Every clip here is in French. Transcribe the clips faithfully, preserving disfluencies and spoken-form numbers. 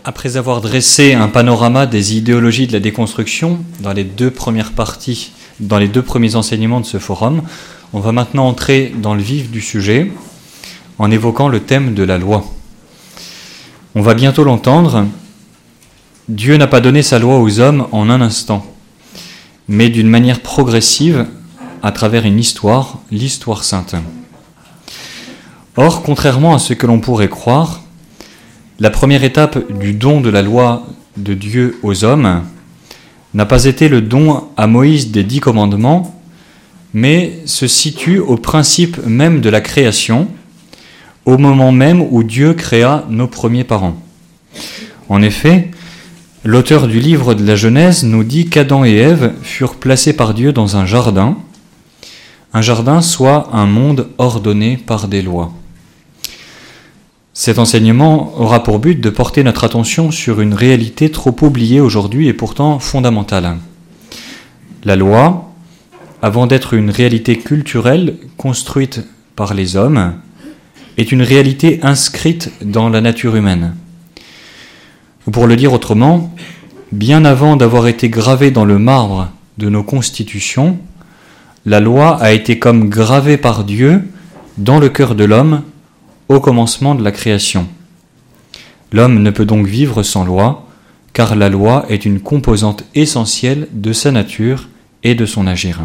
Après avoir dressé un panorama des idéologies de la déconstruction dans les deux premières parties, dans les deux premiers enseignements de ce forum, on va maintenant entrer dans le vif du sujet en évoquant le thème de la loi. On va bientôt l'entendre. Dieu n'a pas donné sa loi aux hommes en un instant, mais d'une manière progressive à travers une histoire, l'histoire sainte. Or, contrairement à ce que l'on pourrait croire, la première étape du don de la loi de Dieu aux hommes n'a pas été le don à Moïse des dix commandements, mais se situe au principe même de la création, au moment même où Dieu créa nos premiers parents. En effet, l'auteur du livre de la Genèse nous dit qu'Adam et Ève furent placés par Dieu dans un jardin, un jardin soit un monde ordonné par des lois. Cet enseignement aura pour but de porter notre attention sur une réalité trop oubliée aujourd'hui et pourtant fondamentale. La loi, avant d'être une réalité culturelle construite par les hommes, est une réalité inscrite dans la nature humaine. Ou pour le dire autrement, bien avant d'avoir été gravée dans le marbre de nos constitutions, la loi a été comme gravée par Dieu dans le cœur de l'homme au commencement de la création. L'homme ne peut donc vivre sans loi, car la loi est une composante essentielle de sa nature et de son agir.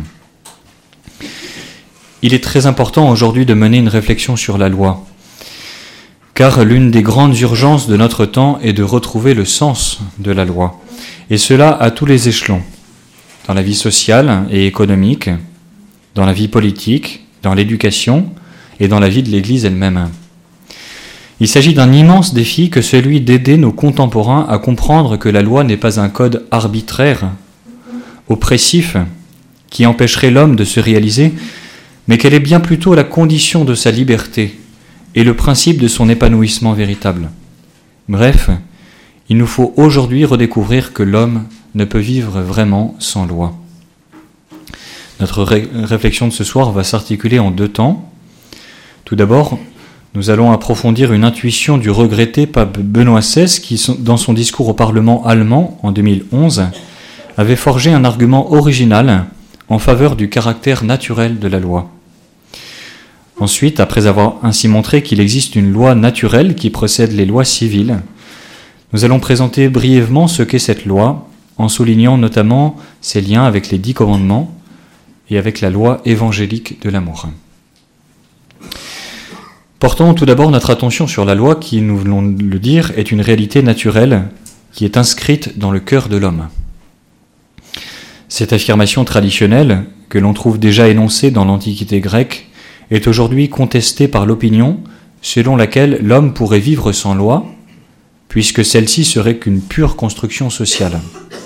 Il est très important aujourd'hui de mener une réflexion sur la loi, car l'une des grandes urgences de notre temps est de retrouver le sens de la loi, et cela à tous les échelons, dans la vie sociale et économique, dans la vie politique, dans l'éducation et dans la vie de l'Église elle-même. Il s'agit d'un immense défi que celui d'aider nos contemporains à comprendre que la loi n'est pas un code arbitraire, oppressif, qui empêcherait l'homme de se réaliser, mais qu'elle est bien plutôt la condition de sa liberté et le principe de son épanouissement véritable. Bref, il nous faut aujourd'hui redécouvrir que l'homme ne peut vivre vraiment sans loi. Notre ré- réflexion de ce soir va s'articuler en deux temps. Tout d'abord, nous allons approfondir une intuition du regretté pape Benoît seize qui, dans son discours au Parlement allemand en deux mille onze, avait forgé un argument original en faveur du caractère naturel de la loi. Ensuite, après avoir ainsi montré qu'il existe une loi naturelle qui précède les lois civiles, nous allons présenter brièvement ce qu'est cette loi, en soulignant notamment ses liens avec les dix commandements et avec la loi évangélique de l'amour. Portons tout d'abord notre attention sur la loi qui, nous voulons le dire, est une réalité naturelle qui est inscrite dans le cœur de l'homme. Cette affirmation traditionnelle, que l'on trouve déjà énoncée dans l'Antiquité grecque, est aujourd'hui contestée par l'opinion selon laquelle l'homme pourrait vivre sans loi, puisque celle-ci serait qu'une pure construction sociale.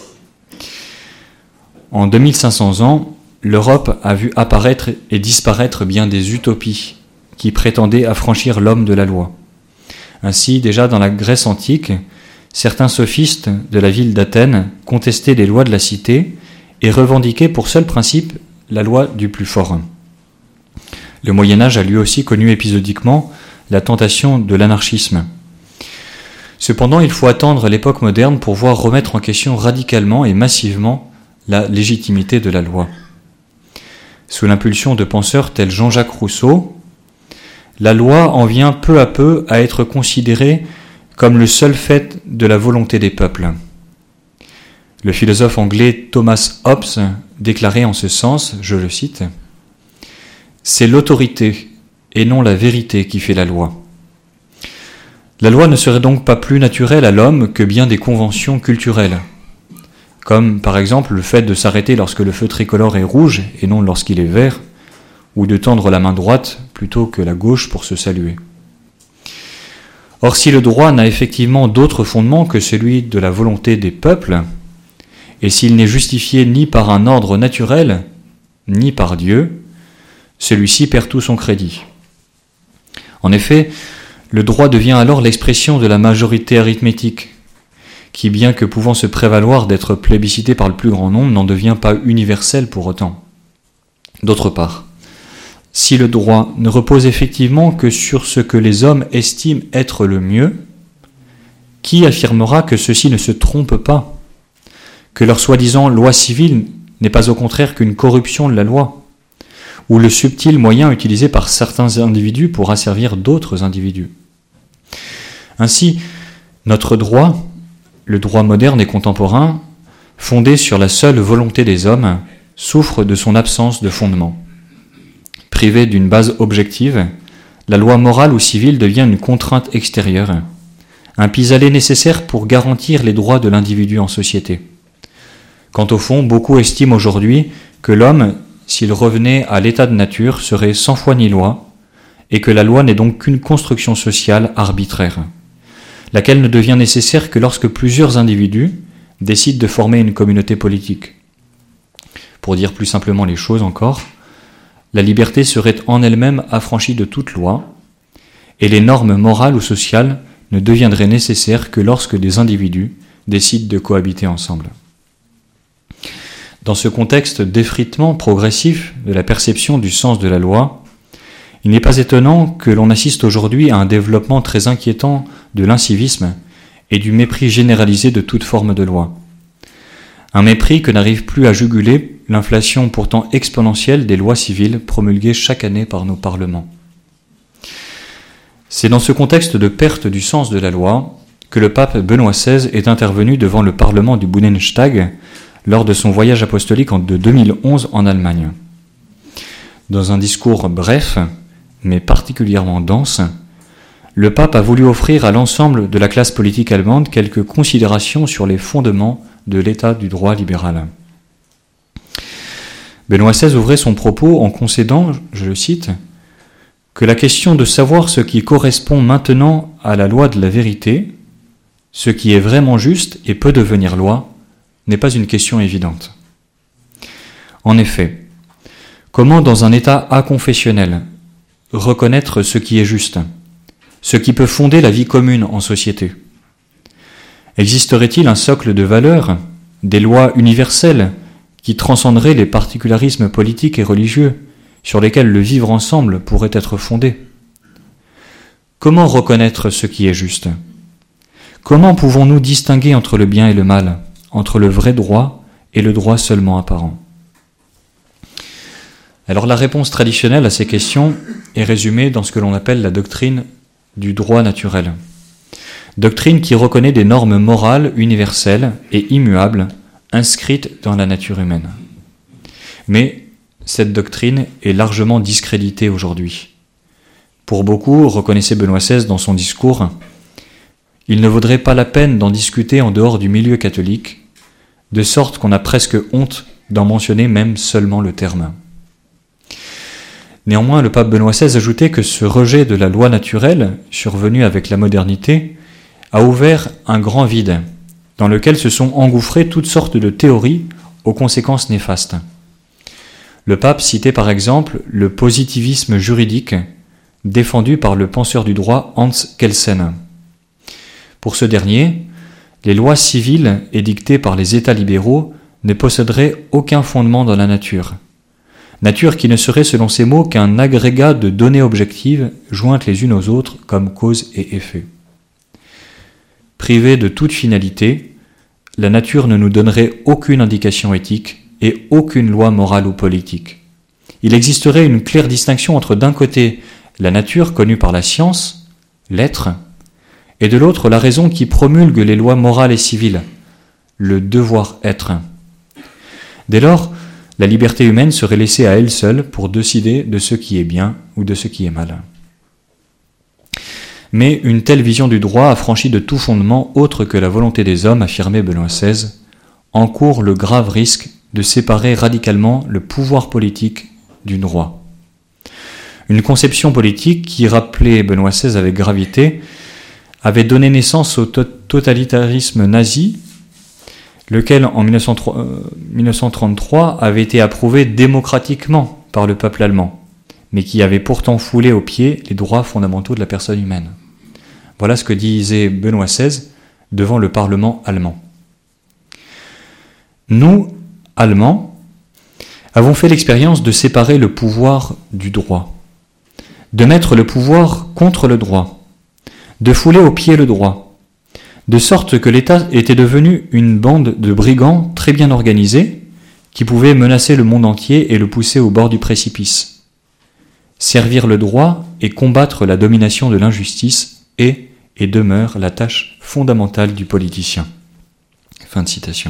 En deux mille cinq cents ans, l'Europe a vu apparaître et disparaître bien des utopies qui prétendaient affranchir l'homme de la loi. Ainsi, déjà dans la Grèce antique, certains sophistes de la ville d'Athènes contestaient les lois de la cité et revendiquaient pour seul principe la loi du plus fort. Le Moyen-Âge a lui aussi connu épisodiquement la tentation de l'anarchisme. Cependant, il faut attendre l'époque moderne pour voir remettre en question radicalement et massivement la légitimité de la loi. Sous l'impulsion de penseurs tels Jean-Jacques Rousseau, la loi en vient peu à peu à être considérée comme le seul fait de la volonté des peuples. Le philosophe anglais Thomas Hobbes déclarait en ce sens, je le cite, « C'est l'autorité et non la vérité qui fait la loi. » La loi ne serait donc pas plus naturelle à l'homme que bien des conventions culturelles, comme par exemple le fait de s'arrêter lorsque le feu tricolore est rouge et non lorsqu'il est vert, ou de tendre la main droite plutôt que la gauche pour se saluer. Or, si le droit n'a effectivement d'autre fondement que celui de la volonté des peuples, et s'il n'est justifié ni par un ordre naturel, ni par Dieu, celui-ci perd tout son crédit. En effet, le droit devient alors l'expression de la majorité arithmétique, qui, bien que pouvant se prévaloir d'être plébiscité par le plus grand nombre, n'en devient pas universel pour autant. D'autre part, si le droit ne repose effectivement que sur ce que les hommes estiment être le mieux, qui affirmera que ceux-ci ne se trompent pas, que leur soi-disant loi civile n'est pas au contraire qu'une corruption de la loi, ou le subtil moyen utilisé par certains individus pour asservir d'autres individus. Ainsi, notre droit, le droit moderne et contemporain, fondé sur la seule volonté des hommes, souffre de son absence de fondement. Privé d'une base objective, la loi morale ou civile devient une contrainte extérieure, un pis-aller nécessaire pour garantir les droits de l'individu en société. Quant au fond, beaucoup estiment aujourd'hui que l'homme, s'il revenait à l'état de nature, serait sans foi ni loi, et que la loi n'est donc qu'une construction sociale arbitraire, laquelle ne devient nécessaire que lorsque plusieurs individus décident de former une communauté politique. Pour dire plus simplement les choses encore, la liberté serait en elle-même affranchie de toute loi, et les normes morales ou sociales ne deviendraient nécessaires que lorsque des individus décident de cohabiter ensemble. Dans ce contexte d'effritement progressif de la perception du sens de la loi, il n'est pas étonnant que l'on assiste aujourd'hui à un développement très inquiétant de l'incivisme et du mépris généralisé de toute forme de loi. Un mépris que n'arrive plus à juguler l'inflation pourtant exponentielle des lois civiles promulguées chaque année par nos parlements. C'est dans ce contexte de perte du sens de la loi que le pape Benoît seize est intervenu devant le parlement du Bundestag lors de son voyage apostolique de deux mille onze en Allemagne. Dans un discours bref, mais particulièrement dense, le pape a voulu offrir à l'ensemble de la classe politique allemande quelques considérations sur les fondements de l'état du droit libéral. Benoît seize ouvrait son propos en concédant, je le cite, que la question de savoir ce qui correspond maintenant à la loi de la vérité, ce qui est vraiment juste et peut devenir loi, n'est pas une question évidente. En effet, comment dans un état aconfessionnel reconnaître ce qui est juste, ce qui peut fonder la vie commune en société? Existerait-il un socle de valeurs, des lois universelles qui transcenderaient les particularismes politiques et religieux sur lesquels le vivre ensemble pourrait être fondé? Comment reconnaître ce qui est juste? Comment pouvons-nous distinguer entre le bien et le mal, entre le vrai droit et le droit seulement apparent? Alors la réponse traditionnelle à ces questions est résumée dans ce que l'on appelle la doctrine du droit naturel. Doctrine qui reconnaît des normes morales universelles et immuables inscrites dans la nature humaine. Mais cette doctrine est largement discréditée aujourd'hui. Pour beaucoup, reconnaissait Benoît seize dans son discours, il ne vaudrait pas la peine d'en discuter en dehors du milieu catholique, de sorte qu'on a presque honte d'en mentionner même seulement le terme. Néanmoins, le pape Benoît seize ajoutait que ce rejet de la loi naturelle, survenu avec la modernité, a ouvert un grand vide, dans lequel se sont engouffrées toutes sortes de théories aux conséquences néfastes. Le pape citait par exemple le positivisme juridique, défendu par le penseur du droit Hans Kelsen. Pour ce dernier, les lois civiles édictées par les États libéraux ne posséderaient aucun fondement dans la nature. Nature qui ne serait selon ses mots qu'un agrégat de données objectives jointes les unes aux autres comme cause et effet. Privée de toute finalité, la nature ne nous donnerait aucune indication éthique et aucune loi morale ou politique. Il existerait une claire distinction entre d'un côté la nature connue par la science, l'être, et de l'autre la raison qui promulgue les lois morales et civiles, le devoir-être. Dès lors, la liberté humaine serait laissée à elle seule pour décider de ce qui est bien ou de ce qui est mal. Mais une telle vision du droit, affranchie de tout fondement autre que la volonté des hommes, affirmait Benoît seize, encourt le grave risque de séparer radicalement le pouvoir politique du droit. Une conception politique qui, rappelait Benoît seize avec gravité, avait donné naissance au to- totalitarisme nazi, lequel en mille neuf cent trente-trois avait été approuvé démocratiquement par le peuple allemand, mais qui avait pourtant foulé aux pieds les droits fondamentaux de la personne humaine. Voilà ce que disait Benoît seize devant le Parlement allemand. Nous, Allemands, avons fait l'expérience de séparer le pouvoir du droit, de mettre le pouvoir contre le droit, de fouler aux pieds le droit, de sorte que l'État était devenu une bande de brigands très bien organisés, qui pouvaient menacer le monde entier et le pousser au bord du précipice. Servir le droit et combattre la domination de l'injustice est et demeure la tâche fondamentale du politicien. Fin de citation.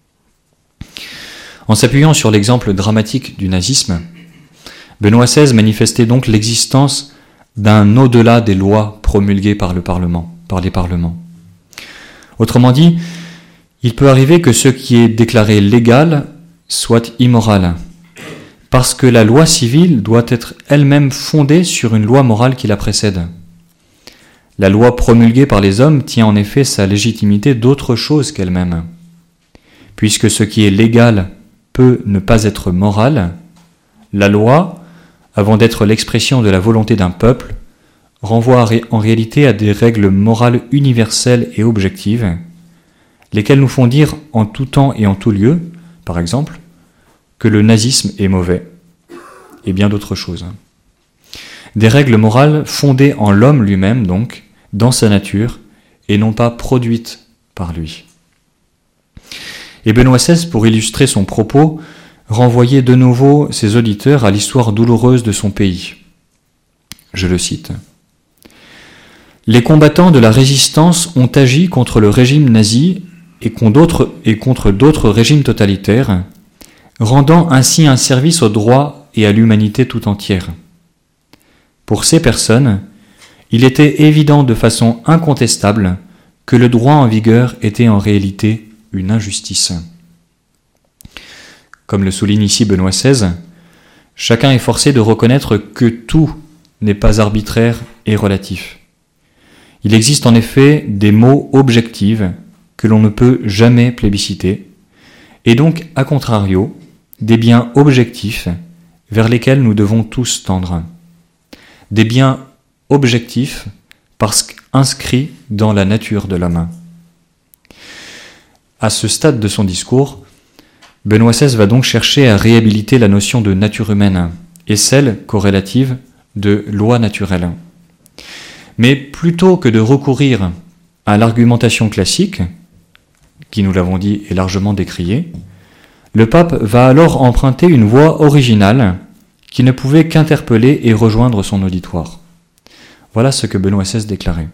En s'appuyant sur l'exemple dramatique du nazisme, Benoît seize manifestait donc l'existence d'un au-delà des lois promulguées par le Parlement, par les parlements. Autrement dit, il peut arriver que ce qui est déclaré légal soit immoral, parce que la loi civile doit être elle-même fondée sur une loi morale qui la précède. La loi promulguée par les hommes tient en effet sa légitimité d'autre chose qu'elle-même. Puisque ce qui est légal peut ne pas être moral, la loi, avant d'être l'expression de la volonté d'un peuple, renvoie en réalité à des règles morales universelles et objectives, lesquelles nous font dire en tout temps et en tout lieu, par exemple, que le nazisme est mauvais, et bien d'autres choses. Des règles morales fondées en l'homme lui-même, donc, dans sa nature, et non pas produites par lui. Et Benoît seize, pour illustrer son propos, renvoyait de nouveau ses auditeurs à l'histoire douloureuse de son pays. Je le cite. « Les combattants de la résistance ont agi contre le régime nazi et contre d'autres régimes totalitaires, rendant ainsi un service au droit et à l'humanité tout entière. Pour ces personnes, il était évident de façon incontestable que le droit en vigueur était en réalité une injustice. » Comme le souligne ici Benoît seize, chacun est forcé de reconnaître que tout n'est pas arbitraire et relatif. Il existe en effet des maux objectifs que l'on ne peut jamais plébisciter, et donc, à contrario, des biens objectifs vers lesquels nous devons tous tendre. Des biens objectifs parce qu'inscrits dans la nature de l'homme. À ce stade de son discours, Benoît seize va donc chercher à réhabiliter la notion de nature humaine et celle corrélative de loi naturelle. Mais plutôt que de recourir à l'argumentation classique, qui, nous l'avons dit, est largement décriée, le pape va alors emprunter une voie originale qui ne pouvait qu'interpeller et rejoindre son auditoire. Voilà ce que Benoît seize déclarait.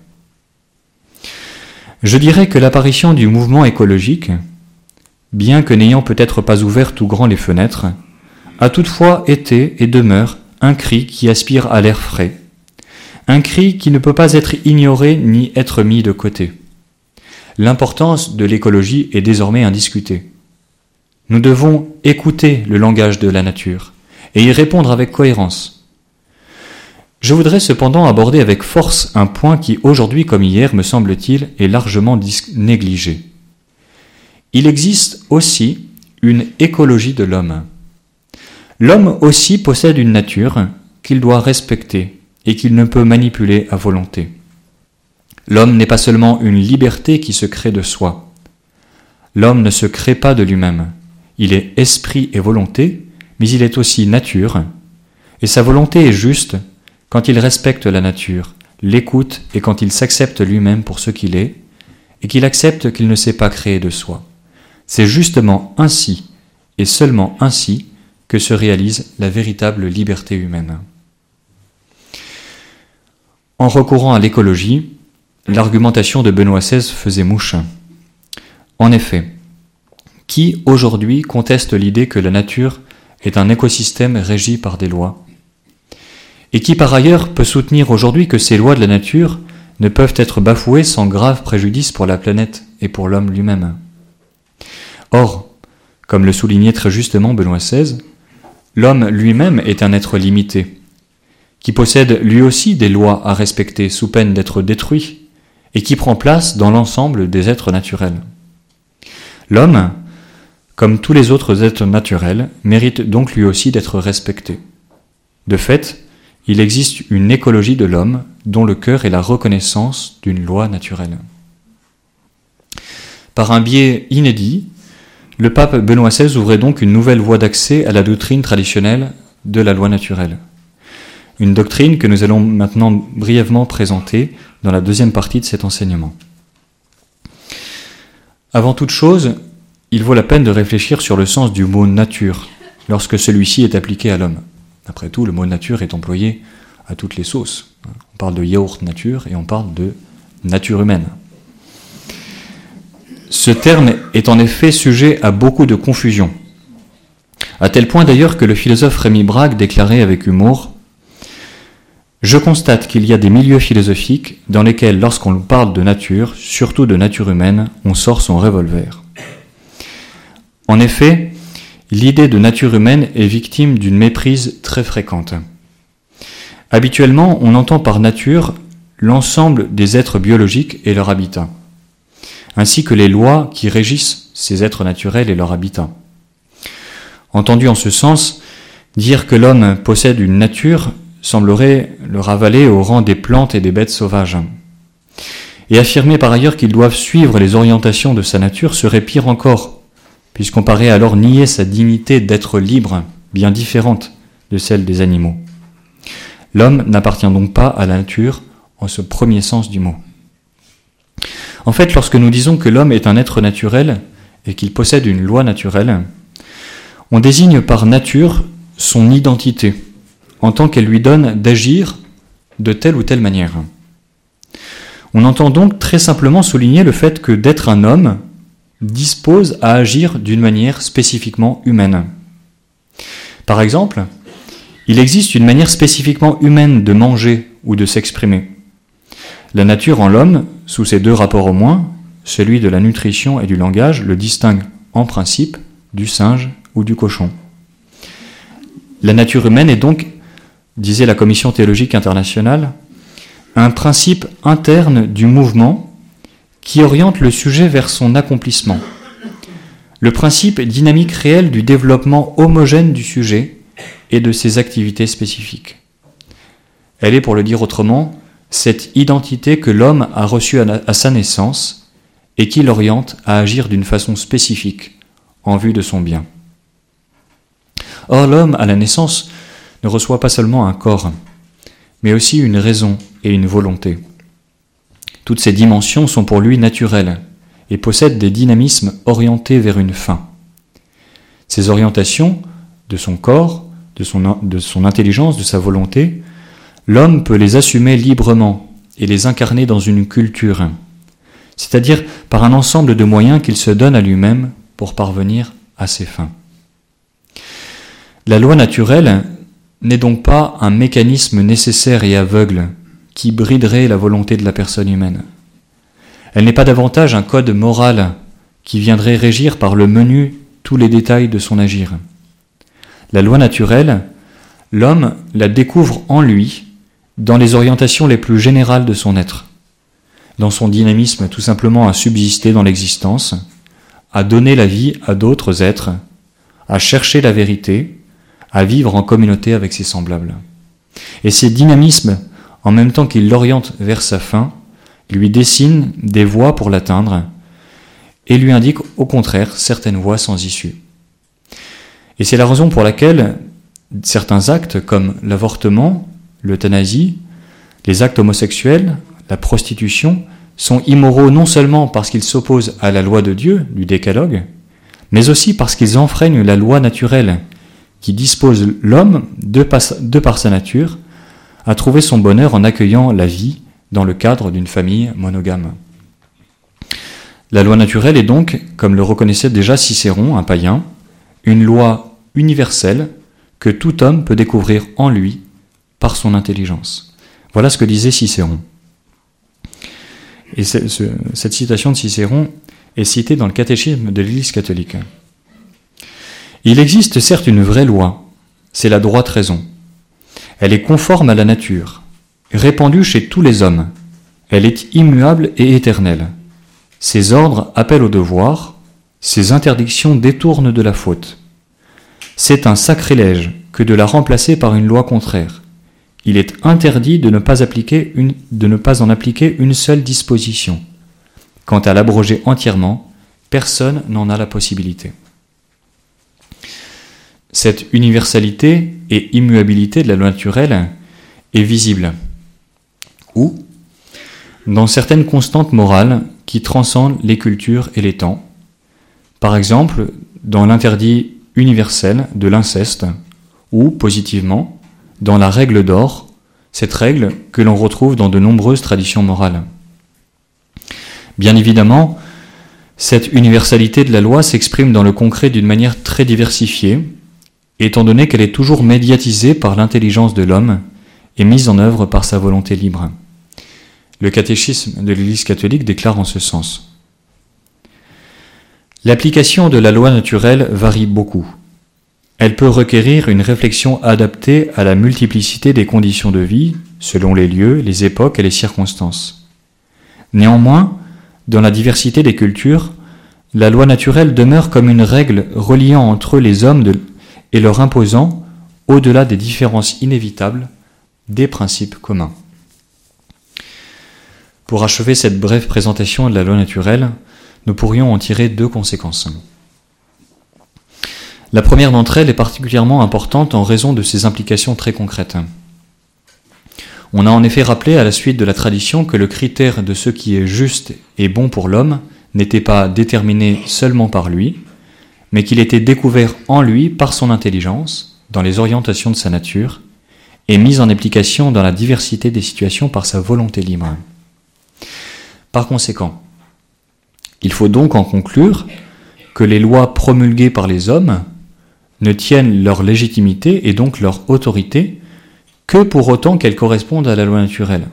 « Je dirais que l'apparition du mouvement écologique, bien que n'ayant peut-être pas ouvert tout grand les fenêtres, a toutefois été et demeure un cri qui aspire à l'air frais, un cri qui ne peut pas être ignoré ni être mis de côté. L'importance de l'écologie est désormais indiscutée. Nous devons écouter le langage de la nature et y répondre avec cohérence. Je voudrais cependant aborder avec force un point qui, aujourd'hui comme hier, me semble-t-il, est largement dis- négligé. Il existe aussi une écologie de l'homme. L'homme aussi possède une nature qu'il doit respecter et qu'il ne peut manipuler à volonté. L'homme n'est pas seulement une liberté qui se crée de soi. L'homme ne se crée pas de lui-même. Il est esprit et volonté, mais il est aussi nature, et sa volonté est juste quand il respecte la nature, l'écoute et quand il s'accepte lui-même pour ce qu'il est, et qu'il accepte qu'il ne s'est pas créé de soi. C'est justement ainsi, et seulement ainsi, que se réalise la véritable liberté humaine. En recourant à l'écologie, l'argumentation de Benoît seize faisait mouche. En effet, qui aujourd'hui conteste l'idée que la nature est un écosystème régi par des lois ? Et qui par ailleurs peut soutenir aujourd'hui que ces lois de la nature ne peuvent être bafouées sans grave préjudice pour la planète et pour l'homme lui-même ? Or, comme le soulignait très justement Benoît seize, l'homme lui-même est un être limité, qui possède lui aussi des lois à respecter sous peine d'être détruit, et qui prend place dans l'ensemble des êtres naturels. L'homme, comme tous les autres êtres naturels, mérite donc lui aussi d'être respecté. De fait, il existe une écologie de l'homme dont le cœur est la reconnaissance d'une loi naturelle. Par un biais inédit, le pape Benoît seize ouvrait donc une nouvelle voie d'accès à la doctrine traditionnelle de la loi naturelle. Une doctrine que nous allons maintenant brièvement présenter dans la deuxième partie de cet enseignement. Avant toute chose, il vaut la peine de réfléchir sur le sens du mot « nature » lorsque celui-ci est appliqué à l'homme. Après tout, le mot « nature » est employé à toutes les sauces. On parle de yaourt nature et on parle de nature humaine. Ce terme est en effet sujet à beaucoup de confusion, à tel point d'ailleurs que le philosophe Rémi Brague déclarait avec humour « Je constate qu'il y a des milieux philosophiques dans lesquels, lorsqu'on parle de nature, surtout de nature humaine, on sort son revolver. » En effet, l'idée de nature humaine est victime d'une méprise très fréquente. Habituellement, on entend par nature l'ensemble des êtres biologiques et leur habitat, ainsi que les lois qui régissent ces êtres naturels et leur habitat. Entendu en ce sens, dire que l'homme possède une nature semblerait le ravaler au rang des plantes et des bêtes sauvages. Et affirmer par ailleurs qu'ils doivent suivre les orientations de sa nature serait pire encore, puisqu'on paraît alors nier sa dignité d'être libre, bien différente de celle des animaux. L'homme n'appartient donc pas à la nature en ce premier sens du mot. En fait, lorsque nous disons que l'homme est un être naturel et qu'il possède une loi naturelle, on désigne par nature son identité, en tant qu'elle lui donne d'agir de telle ou telle manière. On entend donc très simplement souligner le fait que d'être un homme dispose à agir d'une manière spécifiquement humaine. Par exemple, il existe une manière spécifiquement humaine de manger ou de s'exprimer. La nature en l'homme, sous ces deux rapports au moins, celui de la nutrition et du langage, le distingue en principe du singe ou du cochon. La nature humaine est donc, disait la Commission théologique internationale, un principe interne du mouvement qui oriente le sujet vers son accomplissement. Le principe dynamique réel du développement homogène du sujet et de ses activités spécifiques. Elle est, pour le dire autrement, cette identité que l'homme a reçue à sa naissance et qui l'oriente à agir d'une façon spécifique en vue de son bien. Or, l'homme, à la naissance, ne reçoit pas seulement un corps, mais aussi une raison et une volonté. Toutes ces dimensions sont pour lui naturelles et possèdent des dynamismes orientés vers une fin. Ces orientations de son corps, de son, de son intelligence, de sa volonté, l'homme peut les assumer librement et les incarner dans une culture, c'est-à-dire par un ensemble de moyens qu'il se donne à lui-même pour parvenir à ses fins. La loi naturelle n'est donc pas un mécanisme nécessaire et aveugle qui briderait la volonté de la personne humaine. Elle n'est pas davantage un code moral qui viendrait régir par le menu tous les détails de son agir. La loi naturelle, l'homme la découvre en lui dans les orientations les plus générales de son être, dans son dynamisme tout simplement à subsister dans l'existence, à donner la vie à d'autres êtres, à chercher la vérité, à vivre en communauté avec ses semblables. Et ces dynamismes, en même temps qu'il l'oriente vers sa fin, lui dessinent des voies pour l'atteindre et lui indiquent au contraire certaines voies sans issue. Et c'est la raison pour laquelle certains actes comme l'avortement, l'euthanasie, les actes homosexuels, la prostitution, sont immoraux non seulement parce qu'ils s'opposent à la loi de Dieu, du décalogue, mais aussi parce qu'ils enfreignent la loi naturelle qui dispose l'homme, de par, de par sa nature, à trouver son bonheur en accueillant la vie dans le cadre d'une famille monogame. La loi naturelle est donc, comme le reconnaissait déjà Cicéron, un païen, une loi universelle que tout homme peut découvrir en lui par son intelligence. Voilà ce que disait Cicéron. Et ce, cette citation de Cicéron est citée dans le catéchisme de l'Église catholique. Il existe certes une vraie loi, c'est la droite raison. Elle est conforme à la nature, répandue chez tous les hommes. Elle est immuable et éternelle. Ses ordres appellent au devoir, ses interdictions détournent de la faute. C'est un sacrilège que de la remplacer par une loi contraire. Il est interdit de ne pas appliquer une, de ne pas en appliquer une seule disposition. Quant à l'abroger entièrement, personne n'en a la possibilité. Cette universalité et immuabilité de la loi naturelle est visible. Ou dans certaines constantes morales qui transcendent les cultures et les temps, Par exemple, dans l'interdit universel de l'inceste, ou, positivement, dans la règle d'or, cette règle que l'on retrouve dans de nombreuses traditions morales. Bien évidemment, cette universalité de la loi s'exprime dans le concret d'une manière très diversifiée, étant donné qu'elle est toujours médiatisée par l'intelligence de l'homme et mise en œuvre par sa volonté libre. Le catéchisme de l'Église catholique déclare en ce sens. L'application de la loi naturelle varie beaucoup. Elle peut requérir une réflexion adaptée à la multiplicité des conditions de vie, selon les lieux, les époques et les circonstances. Néanmoins, dans la diversité des cultures, la loi naturelle demeure comme une règle reliant entre eux les hommes de, et leur imposant, au-delà des différences inévitables, des principes communs. Pour achever cette brève présentation de la loi naturelle, nous pourrions en tirer deux conséquences. La première d'entre elles est particulièrement importante en raison de ses implications très concrètes. On a en effet rappelé à la suite de la tradition que le critère de ce qui est juste et bon pour l'homme n'était pas déterminé seulement par lui, mais qu'il était découvert en lui par son intelligence, dans les orientations de sa nature, et mis en application dans la diversité des situations par sa volonté libre. Par conséquent, il faut donc en conclure que les lois promulguées par les hommes ne tiennent leur légitimité et donc leur autorité que pour autant qu'elles correspondent à la loi naturelle.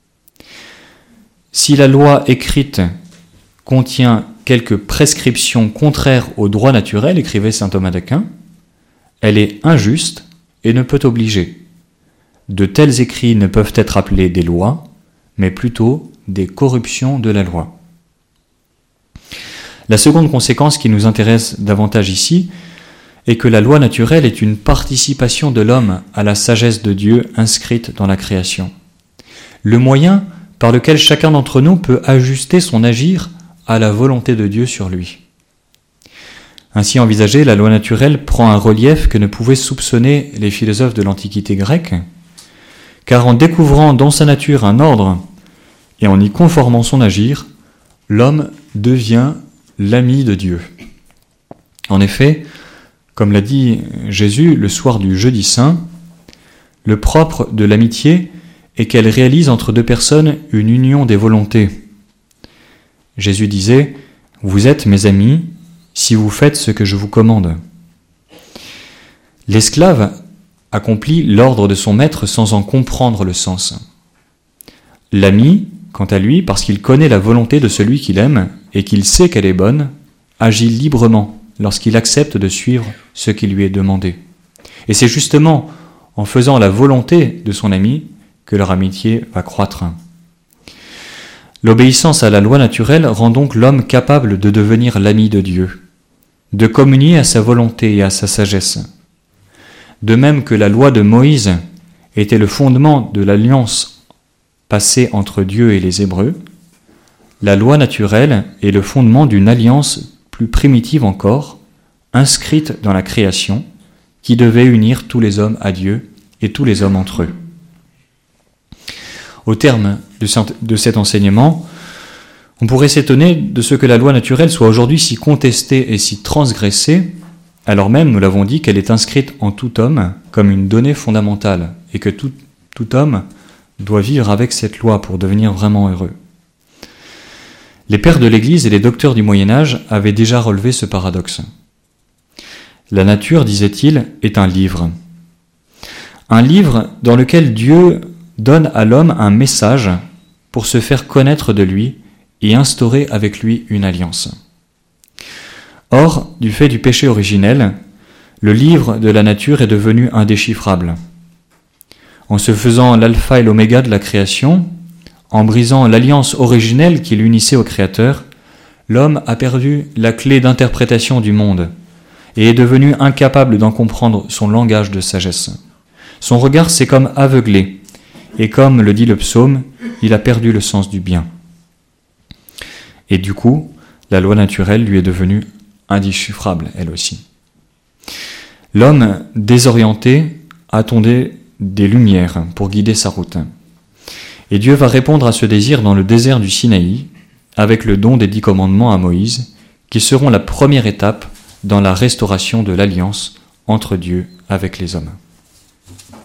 Si la loi écrite contient quelques prescriptions contraires au droit naturel, écrivait saint Thomas d'Aquin, elle est injuste et ne peut obliger. De tels écrits ne peuvent être appelés des lois, mais plutôt des corruptions de la loi. La seconde conséquence qui nous intéresse davantage ici est que la loi naturelle est une participation de l'homme à la sagesse de Dieu inscrite dans la création. Le moyen par lequel chacun d'entre nous peut ajuster son agir à la volonté de Dieu sur lui. Ainsi envisagée, la loi naturelle prend un relief que ne pouvaient soupçonner les philosophes de l'Antiquité grecque, car en découvrant dans sa nature un ordre et en y conformant son agir, l'homme devient l'ami de Dieu. En effet, comme l'a dit Jésus le soir du jeudi saint, le propre de l'amitié est qu'elle réalise entre deux personnes une union des volontés. Jésus disait « Vous êtes mes amis si vous faites ce que je vous commande ». L'esclave accomplit l'ordre de son maître sans en comprendre le sens. L'ami, quant à lui, parce qu'il connaît la volonté de celui qu'il aime et qu'il sait qu'elle est bonne, agit librement lorsqu'il accepte de suivre ce qui lui est demandé. Et c'est justement en faisant la volonté de son ami que leur amitié va croître. L'obéissance à la loi naturelle rend donc l'homme capable de devenir l'ami de Dieu, de communier à sa volonté et à sa sagesse. De même que la loi de Moïse était le fondement de l'alliance passée entre Dieu et les Hébreux, la loi naturelle est le fondement d'une alliance plus primitive encore, inscrite dans la création, qui devait unir tous les hommes à Dieu et tous les hommes entre eux. Au terme de cet enseignement, on pourrait s'étonner de ce que la loi naturelle soit aujourd'hui si contestée et si transgressée, alors même, nous l'avons dit, qu'elle est inscrite en tout homme comme une donnée fondamentale et que tout, tout homme doit vivre avec cette loi pour devenir vraiment heureux. Les pères de l'Église et les docteurs du Moyen-Âge avaient déjà relevé ce paradoxe. La nature, disait-il, est un livre. Un livre dans lequel Dieu donne à l'homme un message pour se faire connaître de lui et instaurer avec lui une alliance. Or, du fait du péché originel, le livre de la nature est devenu indéchiffrable. En se faisant l'alpha et l'oméga de la création, en brisant l'alliance originelle qui l'unissait au Créateur, l'homme a perdu la clé d'interprétation du monde et est devenu incapable d'en comprendre son langage de sagesse. Son regard s'est comme aveuglé, et comme le dit le psaume, il a perdu le sens du bien. Et du coup, la loi naturelle lui est devenue indéchiffrable, elle aussi. L'homme désorienté attendait des lumières pour guider sa route. Et Dieu va répondre à ce désir dans le désert du Sinaï, avec le don des dix commandements à Moïse, qui seront la première étape dans la restauration de l'alliance entre Dieu avec les hommes.